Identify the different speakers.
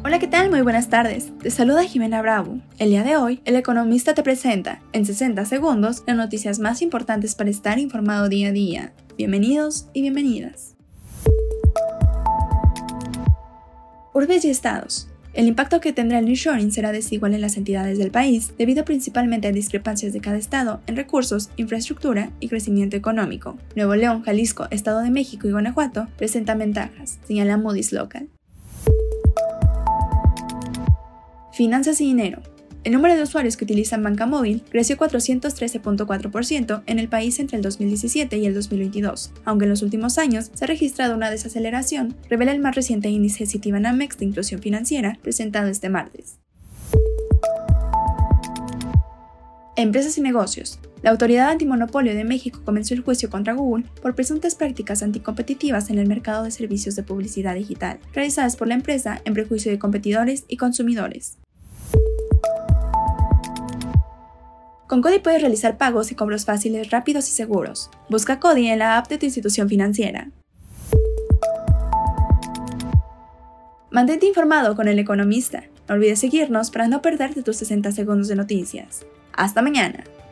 Speaker 1: Hola, ¿qué tal? Muy buenas tardes. Te saluda Jimena Bravo. El día de hoy, El Economista te presenta, en 60 segundos, las noticias más importantes para estar informado día a día. Bienvenidos y bienvenidas. Urbes y estados. El impacto que tendrá el nearshoring será desigual en las entidades del país, debido principalmente a discrepancias de cada estado en recursos, infraestructura y crecimiento económico. Nuevo León, Jalisco, Estado de México y Guanajuato presentan ventajas, señala Moody's Local. Finanzas y dinero. El número de usuarios que utilizan banca móvil creció 413.4% en el país entre el 2017 y el 2022, aunque en los últimos años se ha registrado una desaceleración, revela el más reciente índice Citibanamex de inclusión financiera presentado este martes. Empresas y negocios. La Autoridad Antimonopolio de México comenzó el juicio contra Google por presuntas prácticas anticompetitivas en el mercado de servicios de publicidad digital, realizadas por la empresa en prejuicio de competidores y consumidores. Con Codi puedes realizar pagos y cobros fáciles, rápidos y seguros. Busca Codi en la app de tu institución financiera. Mantente informado con El Economista. No olvides seguirnos para no perderte tus 60 segundos de noticias. ¡Hasta mañana!